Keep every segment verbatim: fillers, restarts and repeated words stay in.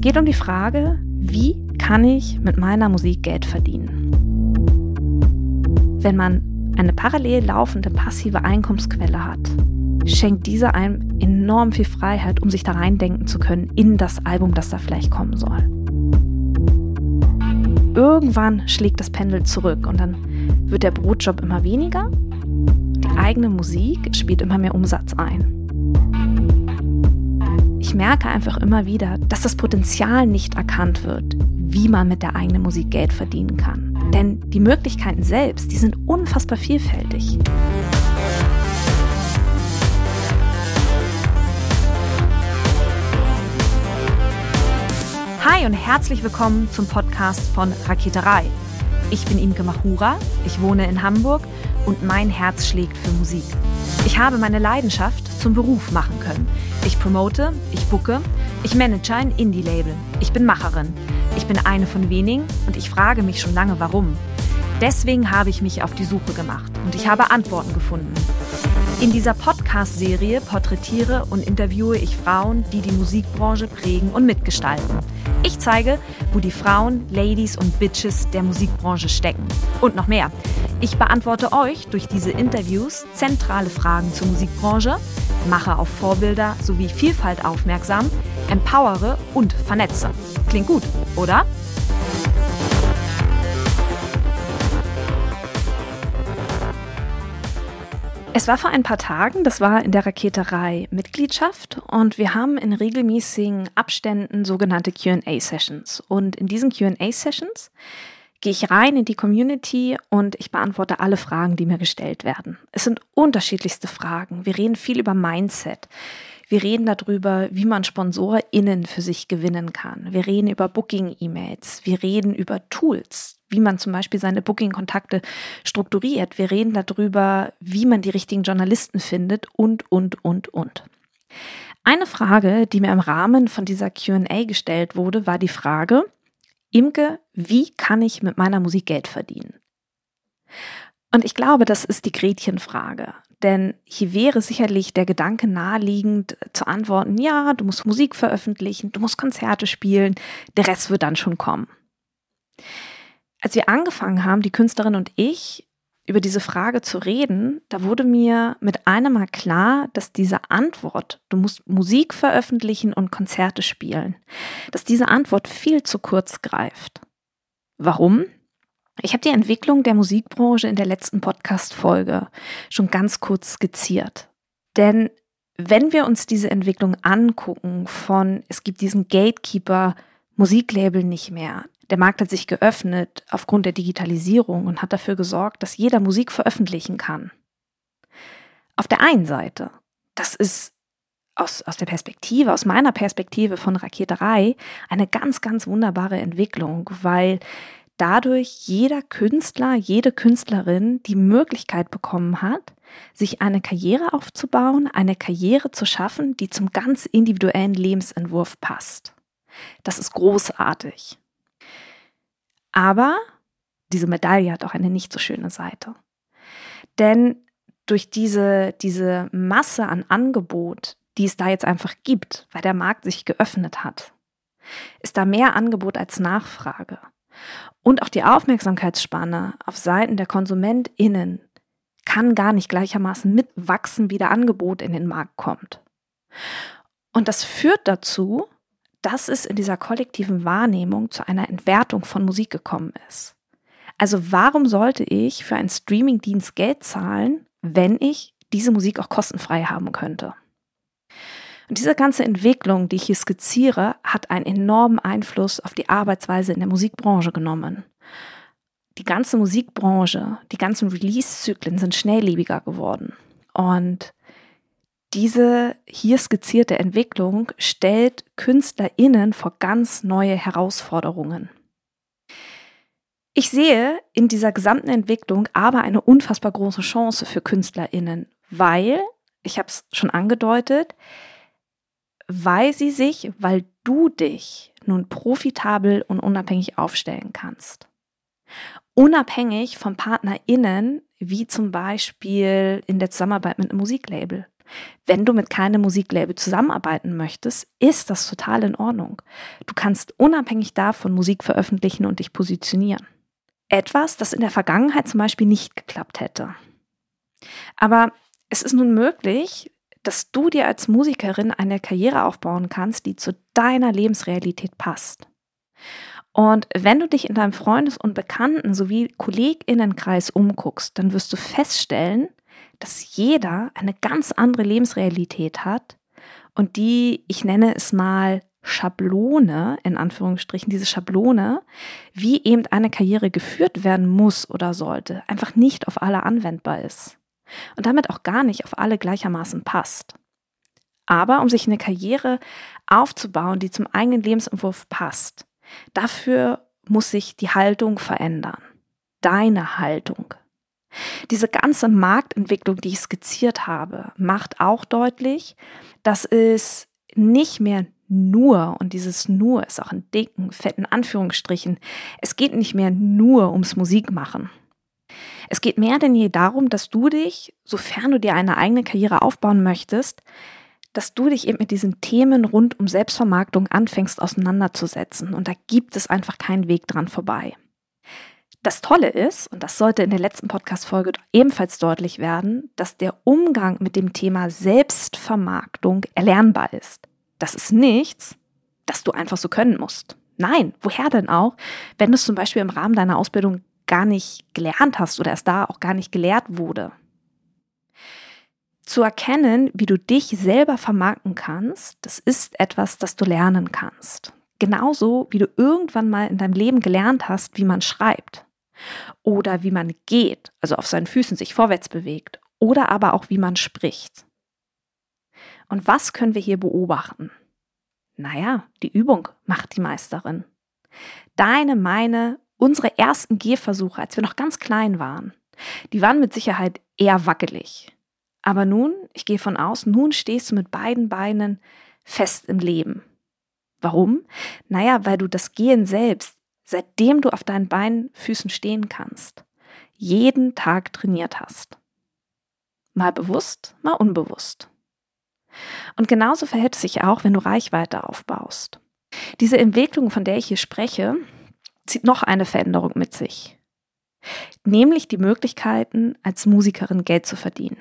geht um die Frage, wie kann ich mit meiner Musik Geld verdienen? Wenn man eine parallel laufende passive Einkommensquelle hat, schenkt diese einem enorm viel Freiheit, um sich da reindenken zu können in das Album, das da vielleicht kommen soll. Irgendwann schlägt das Pendel zurück und dann wird der Brotjob immer weniger. Die eigene Musik spielt immer mehr Umsatz ein. Ich merke einfach immer wieder, dass das Potenzial nicht erkannt wird, wie man mit der eigenen Musik Geld verdienen kann. Denn die Möglichkeiten selbst, die sind unfassbar vielfältig. Hi und herzlich willkommen zum Podcast von Raketerei. Ich bin Imke Machura, ich wohne in Hamburg und mein Herz schlägt für Musik. Ich habe meine Leidenschaft zum Beruf machen können. Ich promote, ich booke, ich manage ein Indie-Label. Ich bin Macherin. Ich bin eine von wenigen und ich frage mich schon lange, warum. Deswegen habe ich mich auf die Suche gemacht und ich habe Antworten gefunden. In dieser Podcast-Serie porträtiere und interviewe ich Frauen, die die Musikbranche prägen und mitgestalten. Ich zeige, wo die Frauen, Ladies und Bitches der Musikbranche stecken. Und noch mehr. Ich beantworte euch durch diese Interviews zentrale Fragen zur Musikbranche, mache auf Vorbilder sowie Vielfalt aufmerksam, empowere und vernetze. Klingt gut, oder? Es war vor ein paar Tagen, das war in der Raketerei Mitgliedschaft und wir haben in regelmäßigen Abständen sogenannte Q and A-Sessions. Und in diesen Q and A-Sessions gehe ich rein in die Community und ich beantworte alle Fragen, die mir gestellt werden. Es sind unterschiedlichste Fragen. Wir reden viel über Mindset. Wir reden darüber, wie man SponsorInnen für sich gewinnen kann. Wir reden über Booking-E-Mails. Wir reden über Tools, wie man zum Beispiel seine Booking-Kontakte strukturiert. Wir reden darüber, wie man die richtigen Journalisten findet und, und, und, und. Eine Frage, die mir im Rahmen von dieser Q and A gestellt wurde, war die Frage, Imke, wie kann ich mit meiner Musik Geld verdienen? Und ich glaube, das ist die Gretchenfrage. Denn hier wäre sicherlich der Gedanke naheliegend zu antworten, ja, du musst Musik veröffentlichen, du musst Konzerte spielen, der Rest wird dann schon kommen. Als wir angefangen haben, die Künstlerin und ich, über diese Frage zu reden, da wurde mir mit einem Mal klar, dass diese Antwort, du musst Musik veröffentlichen und Konzerte spielen, dass diese Antwort viel zu kurz greift. Warum? Ich habe die Entwicklung der Musikbranche in der letzten Podcast-Folge schon ganz kurz skizziert. Denn wenn wir uns diese Entwicklung angucken von, es gibt diesen Gatekeeper, Musiklabel nicht mehr, der Markt hat sich geöffnet aufgrund der Digitalisierung und hat dafür gesorgt, dass jeder Musik veröffentlichen kann. Auf der einen Seite, das ist aus, aus der Perspektive, aus meiner Perspektive von Raketerei, eine ganz, ganz wunderbare Entwicklung, weil dadurch jeder Künstler, jede Künstlerin die Möglichkeit bekommen hat, sich eine Karriere aufzubauen, eine Karriere zu schaffen, die zum ganz individuellen Lebensentwurf passt. Das ist großartig. Aber diese Medaille hat auch eine nicht so schöne Seite. Denn durch diese, diese Masse an Angebot, die es da jetzt einfach gibt, weil der Markt sich geöffnet hat, ist da mehr Angebot als Nachfrage. Und auch die Aufmerksamkeitsspanne auf Seiten der KonsumentInnen kann gar nicht gleichermaßen mitwachsen, wie der Angebot in den Markt kommt. Und das führt dazu, dass es in dieser kollektiven Wahrnehmung zu einer Entwertung von Musik gekommen ist. Also warum sollte ich für einen Streamingdienst Geld zahlen, wenn ich diese Musik auch kostenfrei haben könnte? Und diese ganze Entwicklung, die ich hier skizziere, hat einen enormen Einfluss auf die Arbeitsweise in der Musikbranche genommen. Die ganze Musikbranche, die ganzen Release-Zyklen sind schnelllebiger geworden. Und diese hier skizzierte Entwicklung stellt KünstlerInnen vor ganz neue Herausforderungen. Ich sehe in dieser gesamten Entwicklung aber eine unfassbar große Chance für KünstlerInnen, weil, ich habe es schon angedeutet, weil sie sich, weil du dich nun profitabel und unabhängig aufstellen kannst. Unabhängig von PartnerInnen, wie zum Beispiel in der Zusammenarbeit mit einem Musiklabel. Wenn du mit keinem Musiklabel zusammenarbeiten möchtest, ist das total in Ordnung. Du kannst unabhängig davon Musik veröffentlichen und dich positionieren. Etwas, das in der Vergangenheit zum Beispiel nicht geklappt hätte. Aber es ist nun möglich, dass du dir als Musikerin eine Karriere aufbauen kannst, die zu deiner Lebensrealität passt. Und wenn du dich in deinem Freundes- und Bekannten- sowie KollegInnenkreis umguckst, dann wirst du feststellen, dass jeder eine ganz andere Lebensrealität hat und die, ich nenne es mal Schablone, in Anführungsstrichen, diese Schablone, wie eben eine Karriere geführt werden muss oder sollte, einfach nicht auf alle anwendbar ist und damit auch gar nicht auf alle gleichermaßen passt. Aber um sich eine Karriere aufzubauen, die zum eigenen Lebensentwurf passt, dafür muss sich die Haltung verändern. Deine Haltung. Diese ganze Marktentwicklung, die ich skizziert habe, macht auch deutlich, dass es nicht mehr nur, und dieses nur ist auch in dicken, fetten Anführungsstrichen, es geht nicht mehr nur ums Musikmachen. Es geht mehr denn je darum, dass du dich, sofern du dir eine eigene Karriere aufbauen möchtest, dass du dich eben mit diesen Themen rund um Selbstvermarktung anfängst auseinanderzusetzen. Und da gibt es einfach keinen Weg dran vorbei. Das Tolle ist, und das sollte in der letzten Podcast-Folge ebenfalls deutlich werden, dass der Umgang mit dem Thema Selbstvermarktung erlernbar ist. Das ist nichts, das du einfach so können musst. Nein, woher denn auch, wenn du es zum Beispiel im Rahmen deiner Ausbildung gar nicht gelernt hast oder es da auch gar nicht gelehrt wurde. Zu erkennen, wie du dich selber vermarkten kannst, das ist etwas, das du lernen kannst. Genauso wie du irgendwann mal in deinem Leben gelernt hast, wie man schreibt. Oder wie man geht, also auf seinen Füßen sich vorwärts bewegt. Oder aber auch, wie man spricht. Und was können wir hier beobachten? Naja, die Übung macht die Meisterin. Deine, meine, unsere ersten Gehversuche, als wir noch ganz klein waren, die waren mit Sicherheit eher wackelig. Aber nun, ich gehe von aus, nun stehst du mit beiden Beinen fest im Leben. Warum? Naja, weil du das Gehen selbst, seitdem du auf deinen Beinen, Füßen stehen kannst, jeden Tag trainiert hast. Mal bewusst, mal unbewusst. Und genauso verhält es sich auch, wenn du Reichweite aufbaust. Diese Entwicklung, von der ich hier spreche, zieht noch eine Veränderung mit sich. Nämlich die Möglichkeiten, als Musikerin Geld zu verdienen.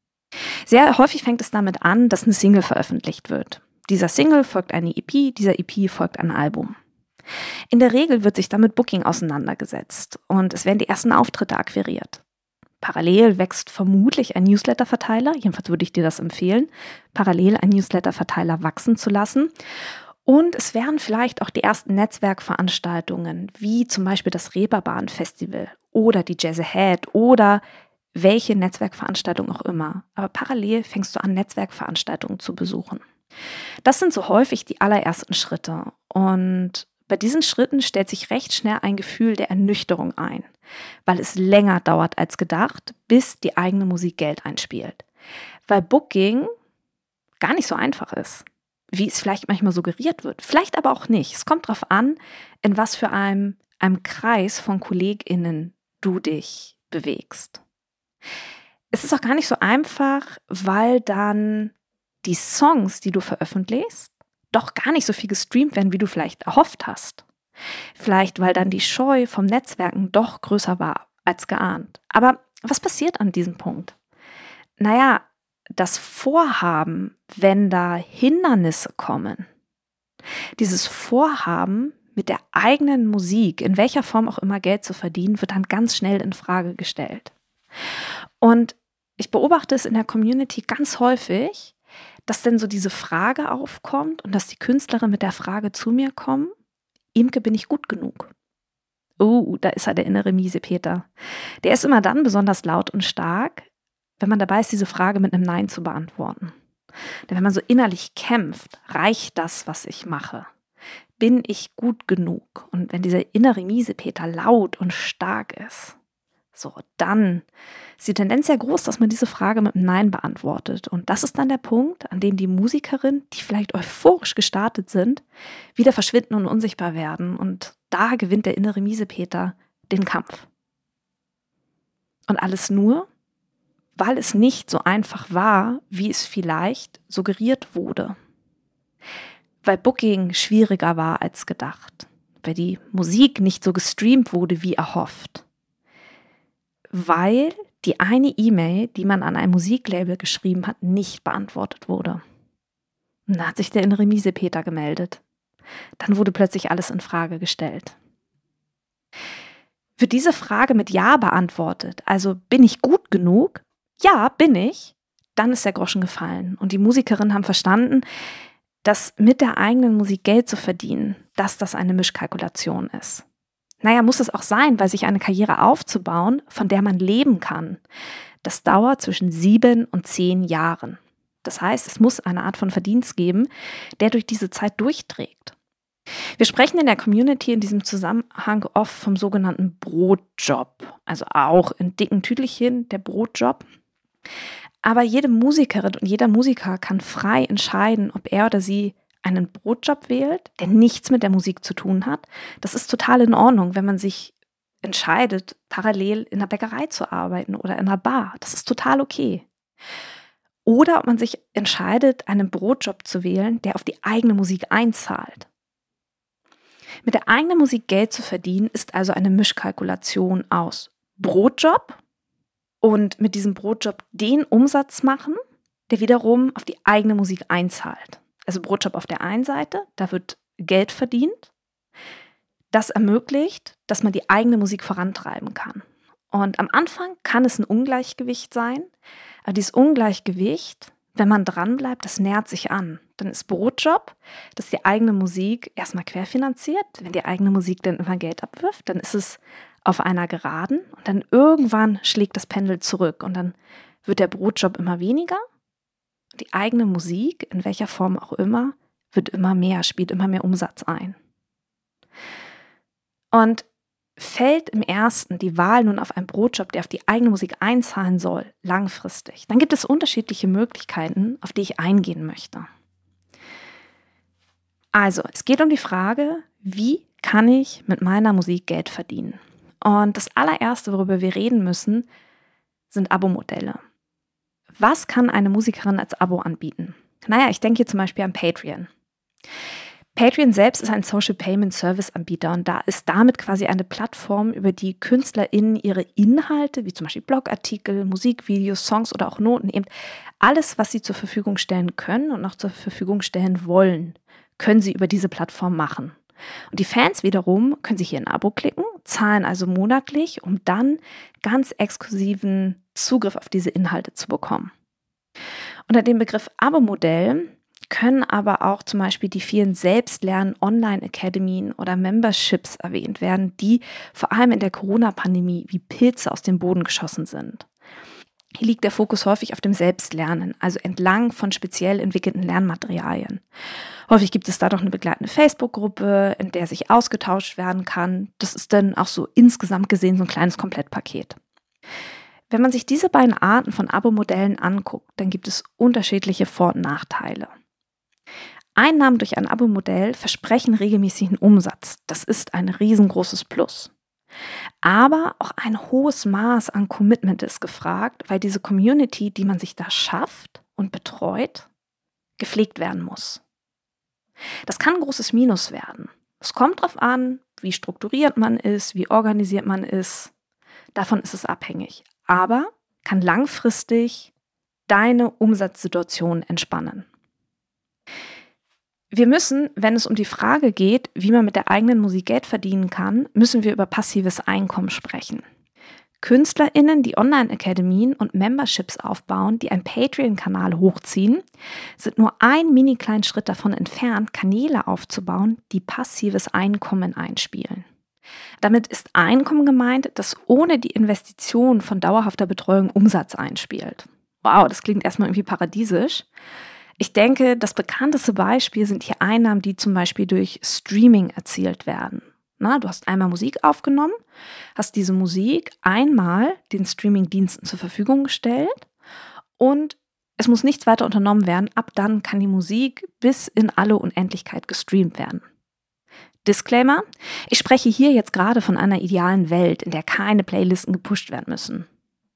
Sehr häufig fängt es damit an, dass eine Single veröffentlicht wird. Dieser Single folgt eine E P, dieser E P folgt ein Album. In der Regel wird sich dann mit Booking auseinandergesetzt und es werden die ersten Auftritte akquiriert. Parallel wächst vermutlich ein Newsletter-Verteiler, jedenfalls würde ich dir das empfehlen, parallel einen Newsletter-Verteiler wachsen zu lassen. Und es werden vielleicht auch die ersten Netzwerkveranstaltungen, wie zum Beispiel das Reeperbahn-Festival oder die Jazz Ahead oder welche Netzwerkveranstaltung auch immer. Aber parallel fängst du an, Netzwerkveranstaltungen zu besuchen. Das sind so häufig die allerersten Schritte. Und bei diesen Schritten stellt sich recht schnell ein Gefühl der Ernüchterung ein, weil es länger dauert als gedacht, bis die eigene Musik Geld einspielt. Weil Booking gar nicht so einfach ist, wie es vielleicht manchmal suggeriert wird. Vielleicht aber auch nicht. Es kommt darauf an, in was für einem, einem Kreis von KollegInnen du dich bewegst. Es ist auch gar nicht so einfach, weil dann die Songs, die du veröffentlichst, doch gar nicht so viel gestreamt werden, wie du vielleicht erhofft hast. Vielleicht, weil dann die Scheu vom Netzwerken doch größer war als geahnt. Aber was passiert an diesem Punkt? Naja, das Vorhaben, wenn da Hindernisse kommen, dieses Vorhaben, mit der eigenen Musik, in welcher Form auch immer Geld zu verdienen, wird dann ganz schnell in Frage gestellt. Und ich beobachte es in der Community ganz häufig, dass denn so diese Frage aufkommt und dass die Künstlerin mit der Frage zu mir kommen, Imke, bin ich gut genug? Oh, da ist er, der innere Miesepeter. Der ist immer dann besonders laut und stark, wenn man dabei ist, diese Frage mit einem Nein zu beantworten. Denn wenn man so innerlich kämpft, reicht das, was ich mache? Bin ich gut genug? Und wenn dieser innere Miesepeter laut und stark ist, so, dann ist die Tendenz sehr groß, dass man diese Frage mit einem Nein beantwortet. Und das ist dann der Punkt, an dem die Musikerinnen, die vielleicht euphorisch gestartet sind, wieder verschwinden und unsichtbar werden. Und da gewinnt der innere Miesepeter den Kampf. Und alles nur, weil es nicht so einfach war, wie es vielleicht suggeriert wurde. Weil Booking schwieriger war als gedacht. Weil die Musik nicht so gestreamt wurde, wie erhofft. Weil die eine E-Mail, die man an ein Musiklabel geschrieben hat, nicht beantwortet wurde. Und da hat sich der innere Miesepeter gemeldet. Dann wurde plötzlich alles in Frage gestellt. Wird diese Frage mit Ja beantwortet, also bin ich gut genug? Ja, bin ich. Dann ist der Groschen gefallen. Und die Musikerinnen haben verstanden, dass mit der eigenen Musik Geld zu verdienen, dass das eine Mischkalkulation ist. Naja, muss es auch sein, weil sich eine Karriere aufzubauen, von der man leben kann, das dauert zwischen sieben und zehn Jahren. Das heißt, es muss eine Art von Verdienst geben, der durch diese Zeit durchträgt. Wir sprechen in der Community in diesem Zusammenhang oft vom sogenannten Brotjob, also auch in dicken Tüdelchen der Brotjob. Aber jede Musikerin und jeder Musiker kann frei entscheiden, ob er oder sie einen Brotjob wählt, der nichts mit der Musik zu tun hat. Das ist total in Ordnung, wenn man sich entscheidet, parallel in einer Bäckerei zu arbeiten oder in einer Bar. Das ist total okay. Oder ob man sich entscheidet, einen Brotjob zu wählen, der auf die eigene Musik einzahlt. Mit der eigenen Musik Geld zu verdienen, ist also eine Mischkalkulation aus Brotjob und mit diesem Brotjob den Umsatz machen, der wiederum auf die eigene Musik einzahlt. Also Brotjob auf der einen Seite, da wird Geld verdient. Das ermöglicht, dass man die eigene Musik vorantreiben kann. Und am Anfang kann es ein Ungleichgewicht sein, aber dieses Ungleichgewicht, wenn man dranbleibt, das nähert sich an. Dann ist Brotjob, dass die eigene Musik erstmal querfinanziert. Wenn die eigene Musik dann immer Geld abwirft, dann ist es auf einer Geraden und dann irgendwann schlägt das Pendel zurück und dann wird der Brotjob immer weniger. Die eigene Musik, in welcher Form auch immer, wird immer mehr, spielt immer mehr Umsatz ein. Und fällt im ersten die Wahl nun auf einen Brotjob, der auf die eigene Musik einzahlen soll, langfristig, dann gibt es unterschiedliche Möglichkeiten, auf die ich eingehen möchte. Also, es geht um die Frage, wie kann ich mit meiner Musik Geld verdienen? Und das allererste, worüber wir reden müssen, sind Abo-Modelle. Was kann eine Musikerin als Abo anbieten? Naja, ich denke hier zum Beispiel an Patreon. Patreon selbst ist ein Social Payment Service Anbieter und da ist damit quasi eine Plattform, über die KünstlerInnen ihre Inhalte, wie zum Beispiel Blogartikel, Musikvideos, Songs oder auch Noten, eben alles, was sie zur Verfügung stellen können und noch zur Verfügung stellen wollen, können sie über diese Plattform machen. Und die Fans wiederum können sich hier ein Abo klicken, zahlen also monatlich, um dann ganz exklusiven Zugriff auf diese Inhalte zu bekommen. Unter dem Begriff Abo-Modell können aber auch zum Beispiel die vielen Selbstlern-Online-Akademien oder Memberships erwähnt werden, die vor allem in der Corona-Pandemie wie Pilze aus dem Boden geschossen sind. Hier liegt der Fokus häufig auf dem Selbstlernen, also entlang von speziell entwickelten Lernmaterialien. Häufig gibt es da doch eine begleitende Facebook-Gruppe, in der sich ausgetauscht werden kann. Das ist dann auch so insgesamt gesehen so ein kleines Komplettpaket. Wenn man sich diese beiden Arten von Abo-Modellen anguckt, dann gibt es unterschiedliche Vor- und Nachteile. Einnahmen durch ein Abo-Modell versprechen regelmäßigen Umsatz. Das ist ein riesengroßes Plus. Aber auch ein hohes Maß an Commitment ist gefragt, weil diese Community, die man sich da schafft und betreut, gepflegt werden muss. Das kann ein großes Minus werden. Es kommt darauf an, wie strukturiert man ist, wie organisiert man ist. Davon ist es abhängig. Aber kann langfristig deine Umsatzsituation entspannen. Wir müssen, wenn es um die Frage geht, wie man mit der eigenen Musik Geld verdienen kann, müssen wir über passives Einkommen sprechen. KünstlerInnen, die Online-Akademien und Memberships aufbauen, die einen Patreon-Kanal hochziehen, sind nur ein mini kleinen Schritt davon entfernt, Kanäle aufzubauen, die passives Einkommen einspielen. Damit ist Einkommen gemeint, das ohne die Investition von dauerhafter Betreuung Umsatz einspielt. Wow, das klingt erstmal irgendwie paradiesisch. Ich denke, das bekannteste Beispiel sind hier Einnahmen, die zum Beispiel durch Streaming erzielt werden. Na, du hast einmal Musik aufgenommen, hast diese Musik einmal den Streaming-Diensten zur Verfügung gestellt und es muss nichts weiter unternommen werden. Ab dann kann die Musik bis in alle Unendlichkeit gestreamt werden. Disclaimer: Ich spreche hier jetzt gerade von einer idealen Welt, in der keine Playlisten gepusht werden müssen.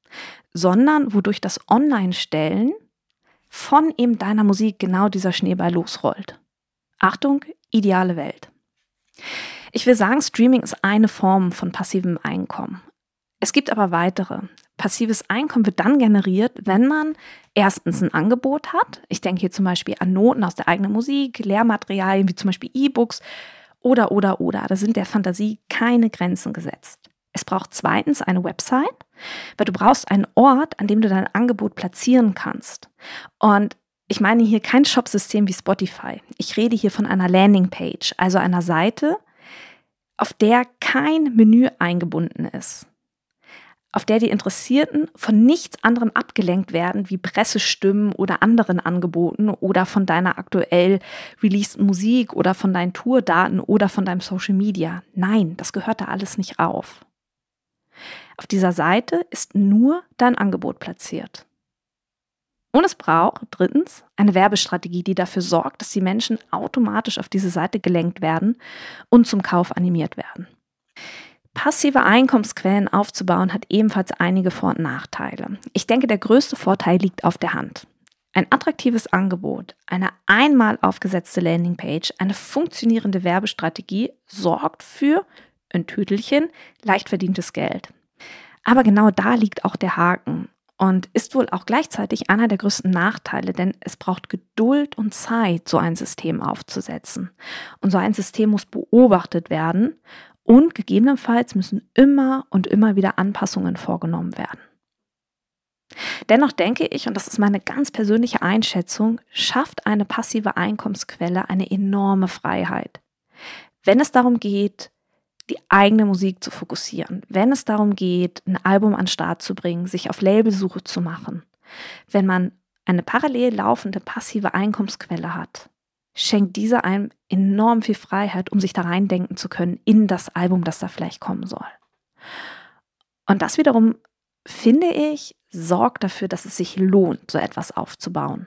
sondern wodurch das Online-Stellen von eben deiner Musik genau dieser Schneeball losrollt. Achtung, ideale Welt. Ich will sagen, Streaming ist eine Form von passivem Einkommen. Es gibt aber weitere. Passives Einkommen wird dann generiert, wenn man erstens ein Angebot hat. Ich denke hier zum Beispiel an Noten aus der eigenen Musik, Lehrmaterialien wie zum Beispiel E-Books oder, oder, oder. Da sind der Fantasie keine Grenzen gesetzt. Es braucht zweitens eine Website, weil du brauchst einen Ort, an dem du dein Angebot platzieren kannst. Und ich meine hier kein Shopsystem wie Spotify. Ich rede hier von einer Landingpage, also einer Seite, auf der kein Menü eingebunden ist, auf der die Interessierten von nichts anderem abgelenkt werden, wie Pressestimmen oder anderen Angeboten oder von deiner aktuell releaseden Musik oder von deinen Tourdaten oder von deinem Social Media. Nein, das gehört da alles nicht auf. Auf dieser Seite ist nur dein Angebot platziert. Und es braucht drittens eine Werbestrategie, die dafür sorgt, dass die Menschen automatisch auf diese Seite gelenkt werden und zum Kauf animiert werden. Passive Einkommensquellen aufzubauen hat ebenfalls einige Vor- und Nachteile. Ich denke, der größte Vorteil liegt auf der Hand. Ein attraktives Angebot, eine einmal aufgesetzte Landingpage, eine funktionierende Werbestrategie sorgt für ein Tütelchen leicht verdientes Geld. Aber genau da liegt auch der Haken und ist wohl auch gleichzeitig einer der größten Nachteile, denn es braucht Geduld und Zeit, so ein System aufzusetzen. Und so ein System muss beobachtet werden und gegebenenfalls müssen immer und immer wieder Anpassungen vorgenommen werden. Dennoch denke ich, und das ist meine ganz persönliche Einschätzung, schafft eine passive Einkommensquelle eine enorme Freiheit. Wenn es darum geht, die eigene Musik zu fokussieren, wenn es darum geht, ein Album an den Start zu bringen, sich auf Labelsuche zu machen, wenn man eine parallel laufende passive Einkommensquelle hat, schenkt diese einem enorm viel Freiheit, um sich da reindenken zu können in das Album, das da vielleicht kommen soll. Und das wiederum, finde ich, sorgt dafür, dass es sich lohnt, so etwas aufzubauen.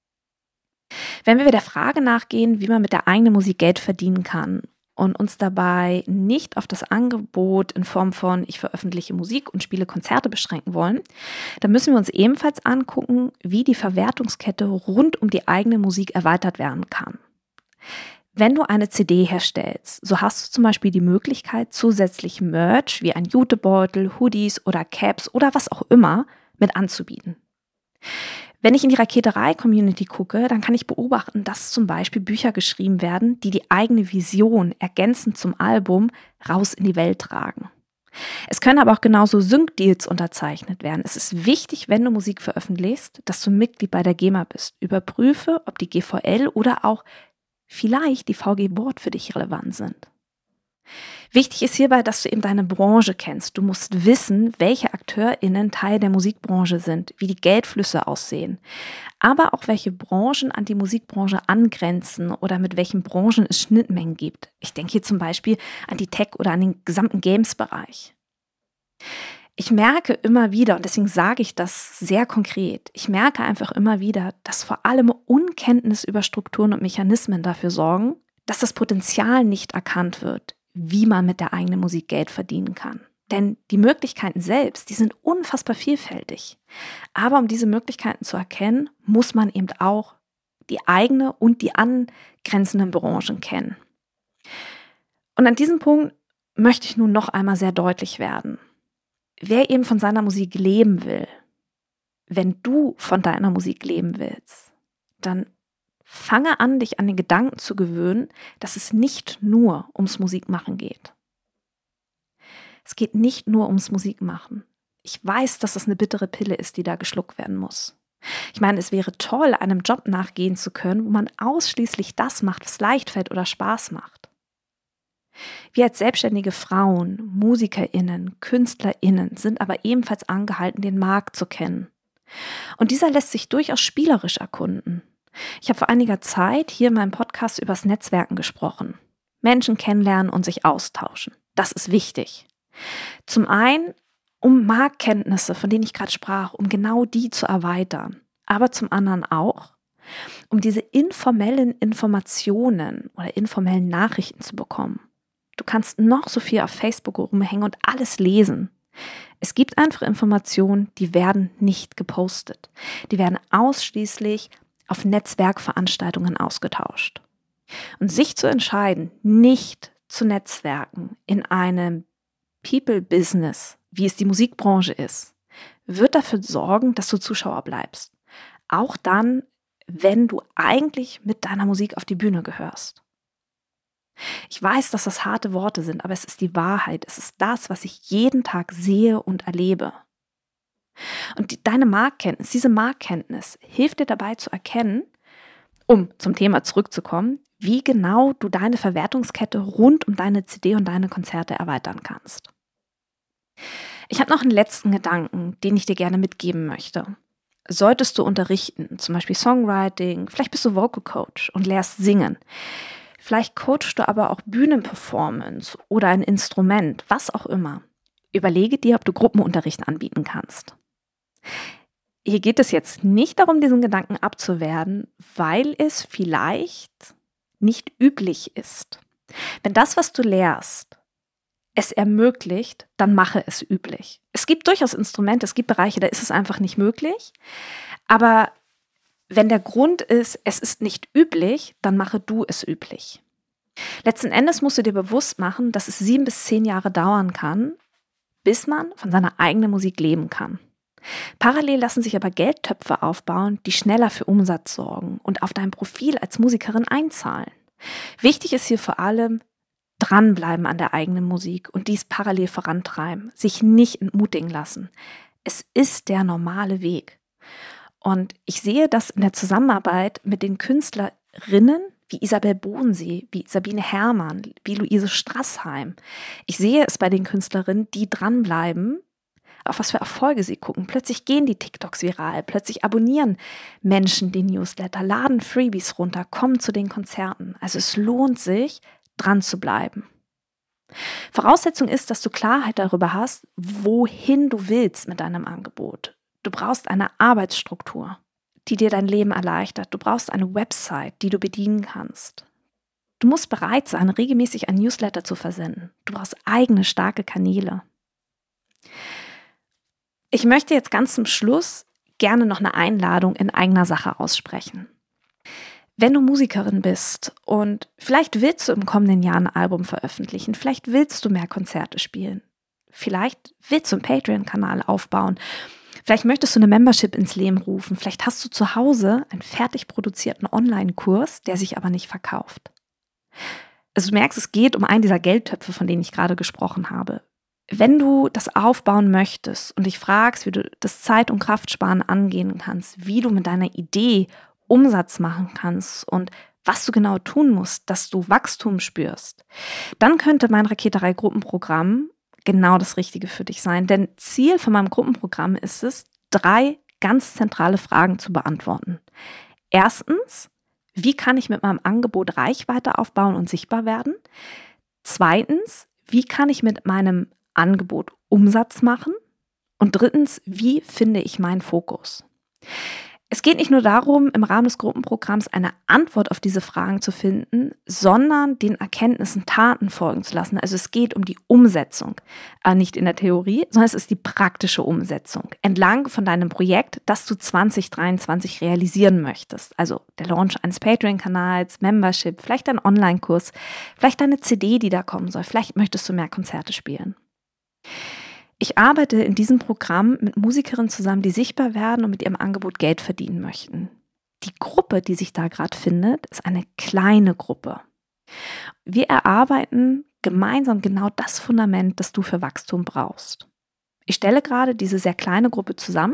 Wenn wir der Frage nachgehen, wie man mit der eigenen Musik Geld verdienen kann und uns dabei nicht auf das Angebot in Form von ich veröffentliche Musik und spiele Konzerte beschränken wollen, dann müssen wir uns ebenfalls angucken, wie die Verwertungskette rund um die eigene Musik erweitert werden kann. Wenn du eine C D herstellst, so hast du zum Beispiel die Möglichkeit, zusätzlich Merch wie ein Jutebeutel, Hoodies oder Caps oder was auch immer mit anzubieten. Wenn ich in die Raketerei-Community gucke, dann kann ich beobachten, dass zum Beispiel Bücher geschrieben werden, die die eigene Vision ergänzend zum Album raus in die Welt tragen. Es können aber auch genauso Sync-Deals unterzeichnet werden. Es ist wichtig, wenn du Musik veröffentlichst, dass du Mitglied bei der GEMA bist. Überprüfe, ob die G V L oder auch vielleicht die V G Wort für dich relevant sind. Wichtig ist hierbei, dass du eben deine Branche kennst. Du musst wissen, welche AkteurInnen Teil der Musikbranche sind, wie die Geldflüsse aussehen, aber auch welche Branchen an die Musikbranche angrenzen oder mit welchen Branchen es Schnittmengen gibt. Ich denke hier zum Beispiel an die Tech- oder an den gesamten Games-Bereich. Ich merke immer wieder, und deswegen sage ich das sehr konkret, ich merke einfach immer wieder, dass vor allem Unkenntnis über Strukturen und Mechanismen dafür sorgen, dass das Potenzial nicht erkannt wird, wie man mit der eigenen Musik Geld verdienen kann. Denn die Möglichkeiten selbst, die sind unfassbar vielfältig. Aber um diese Möglichkeiten zu erkennen, muss man eben auch die eigene und die angrenzenden Branchen kennen. Und an diesem Punkt möchte ich nun noch einmal sehr deutlich werden. Wer eben von seiner Musik leben will, wenn du von deiner Musik leben willst, dann fange an, dich an den Gedanken zu gewöhnen, dass es nicht nur ums Musikmachen geht. Es geht nicht nur ums Musikmachen. Ich weiß, dass es eine bittere Pille ist, die da geschluckt werden muss. Ich meine, es wäre toll, einem Job nachgehen zu können, wo man ausschließlich das macht, was leicht fällt oder Spaß macht. Wir als selbstständige Frauen, MusikerInnen, KünstlerInnen sind aber ebenfalls angehalten, den Markt zu kennen. Und dieser lässt sich durchaus spielerisch erkunden. Ich habe vor einiger Zeit hier in meinem Podcast übers Netzwerken gesprochen. Menschen kennenlernen und sich austauschen. Das ist wichtig. Zum einen, um Marktkenntnisse, von denen ich gerade sprach, um genau die zu erweitern. Aber zum anderen auch, um diese informellen Informationen oder informellen Nachrichten zu bekommen. Du kannst noch so viel auf Facebook rumhängen und alles lesen. Es gibt einfach Informationen, die werden nicht gepostet. Die werden ausschließlich auf Netzwerkveranstaltungen ausgetauscht. Und sich zu entscheiden, nicht zu netzwerken in einem People-Business, wie es die Musikbranche ist, wird dafür sorgen, dass du Zuschauer bleibst. Auch dann, wenn du eigentlich mit deiner Musik auf die Bühne gehörst. Ich weiß, dass das harte Worte sind, aber es ist die Wahrheit. Es ist das, was ich jeden Tag sehe und erlebe. Und die, deine Marktkenntnis, diese Marktkenntnis hilft dir dabei zu erkennen, um zum Thema zurückzukommen, wie genau du deine Verwertungskette rund um deine C D und deine Konzerte erweitern kannst. Ich habe noch einen letzten Gedanken, den ich dir gerne mitgeben möchte. Solltest du unterrichten, zum Beispiel Songwriting, vielleicht bist du Vocal Coach und lehrst singen. Vielleicht coachst du aber auch Bühnenperformance oder ein Instrument, was auch immer. Überlege dir, ob du Gruppenunterricht anbieten kannst. Hier geht es jetzt nicht darum, diesen Gedanken abzuwerten, weil es vielleicht nicht üblich ist. Wenn das, was du lehrst, es ermöglicht, dann mache es üblich. Es gibt durchaus Instrumente, es gibt Bereiche, da ist es einfach nicht möglich. Aber wenn der Grund ist, es ist nicht üblich, dann mache du es üblich. Letzten Endes musst du dir bewusst machen, dass es sieben bis zehn Jahre dauern kann, bis man von seiner eigenen Musik leben kann. Parallel lassen sich aber Geldtöpfe aufbauen, die schneller für Umsatz sorgen und auf dein Profil als Musikerin einzahlen. Wichtig ist hier vor allem, dranbleiben an der eigenen Musik und dies parallel vorantreiben, sich nicht entmutigen lassen. Es ist der normale Weg. Und ich sehe das in der Zusammenarbeit mit den Künstlerinnen wie Isabel Bodensee, wie Sabine Herrmann, wie Luise Strassheim. Ich sehe es bei den Künstlerinnen, die dranbleiben, auf was für Erfolge sie gucken. Plötzlich gehen die TikToks viral, plötzlich abonnieren Menschen den Newsletter, laden Freebies runter, kommen zu den Konzerten. Also es lohnt sich, dran zu bleiben. Voraussetzung ist, dass du Klarheit darüber hast, wohin du willst mit deinem Angebot. Du brauchst eine Arbeitsstruktur, die dir dein Leben erleichtert. Du brauchst eine Website, die du bedienen kannst. Du musst bereit sein, regelmäßig ein Newsletter zu versenden. Du brauchst eigene, starke Kanäle. Ich möchte jetzt ganz zum Schluss gerne noch eine Einladung in eigener Sache aussprechen. Wenn du Musikerin bist und vielleicht willst du im kommenden Jahr ein Album veröffentlichen, vielleicht willst du mehr Konzerte spielen, vielleicht willst du einen Patreon-Kanal aufbauen, vielleicht möchtest du eine Membership ins Leben rufen, vielleicht hast du zu Hause einen fertig produzierten Online-Kurs, der sich aber nicht verkauft. Also du merkst, es geht um einen dieser Geldtöpfe, von denen ich gerade gesprochen habe. Wenn du das aufbauen möchtest und dich fragst, wie du das Zeit- und Kraftsparen angehen kannst, wie du mit deiner Idee Umsatz machen kannst und was du genau tun musst, dass du Wachstum spürst, dann könnte mein Raketerei-Gruppenprogramm genau das Richtige für dich sein. Denn Ziel von meinem Gruppenprogramm ist es, drei ganz zentrale Fragen zu beantworten. Erstens, wie kann ich mit meinem Angebot Reichweite aufbauen und sichtbar werden? Zweitens, wie kann ich mit meinem Angebot Umsatz machen? Und drittens, wie finde ich meinen Fokus? Es geht nicht nur darum, im Rahmen des Gruppenprogramms eine Antwort auf diese Fragen zu finden, sondern den Erkenntnissen Taten folgen zu lassen. Also es geht um die Umsetzung, äh, nicht in der Theorie, sondern es ist die praktische Umsetzung entlang von deinem Projekt, das du zwanzig dreiundzwanzig realisieren möchtest. Also der Launch eines Patreon-Kanals, Membership, vielleicht ein Online-Kurs, vielleicht eine C D, die da kommen soll, vielleicht möchtest du mehr Konzerte spielen. Ich arbeite in diesem Programm mit Musikerinnen zusammen, die sichtbar werden und mit ihrem Angebot Geld verdienen möchten. Die Gruppe, die sich da gerade findet, ist eine kleine Gruppe. Wir erarbeiten gemeinsam genau das Fundament, das du für Wachstum brauchst. Ich stelle gerade diese sehr kleine Gruppe zusammen.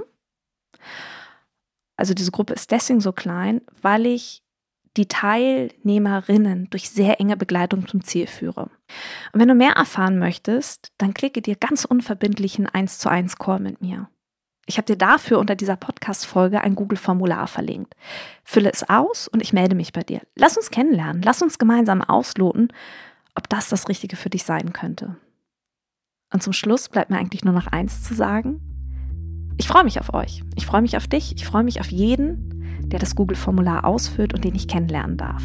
Also diese Gruppe ist deswegen so klein, weil ich die Teilnehmerinnen durch sehr enge Begleitung zum Ziel führe. Und wenn du mehr erfahren möchtest, dann klicke dir ganz unverbindlich einen eins zu eins Call mit mir. Ich habe dir dafür unter dieser Podcast-Folge ein Google-Formular verlinkt. Fülle es aus und ich melde mich bei dir. Lass uns kennenlernen, lass uns gemeinsam ausloten, ob das das Richtige für dich sein könnte. Und zum Schluss bleibt mir eigentlich nur noch eins zu sagen. Ich freue mich auf euch. Ich freue mich auf dich. Ich freue mich auf jeden, der das Google-Formular ausfüllt und den ich kennenlernen darf.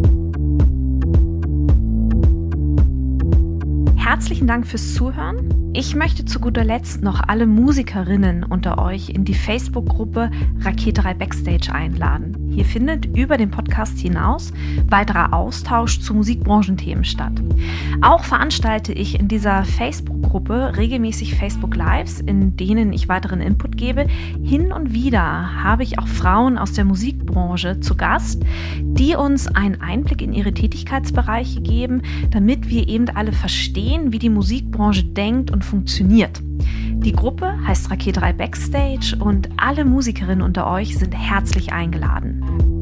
Herzlichen Dank fürs Zuhören. Ich möchte zu guter Letzt noch alle Musikerinnen unter euch in die Facebook-Gruppe Raketerei Backstage einladen. Hier findet über den Podcast hinaus weiterer Austausch zu Musikbranchenthemen statt. Auch veranstalte ich in dieser Facebook-Gruppe regelmäßig Facebook-Lives, in denen ich weiteren Input gebe. Hin und wieder habe ich auch Frauen aus der Musikbranche zu Gast, die uns einen Einblick in ihre Tätigkeitsbereiche geben, damit wir eben alle verstehen, wie die Musikbranche denkt und funktioniert. Die Gruppe heißt Raketerei Backstage und alle Musikerinnen unter euch sind herzlich eingeladen.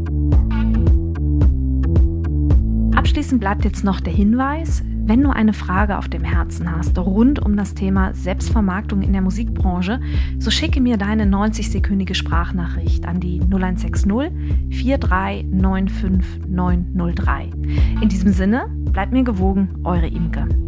Abschließend bleibt jetzt noch der Hinweis: Wenn du eine Frage auf dem Herzen hast rund um das Thema Selbstvermarktung in der Musikbranche, so schicke mir deine neunzig-sekündige Sprachnachricht an die null eins sechs null vier drei neun fünf neun null drei. In diesem Sinne, bleibt mir gewogen, eure Imke.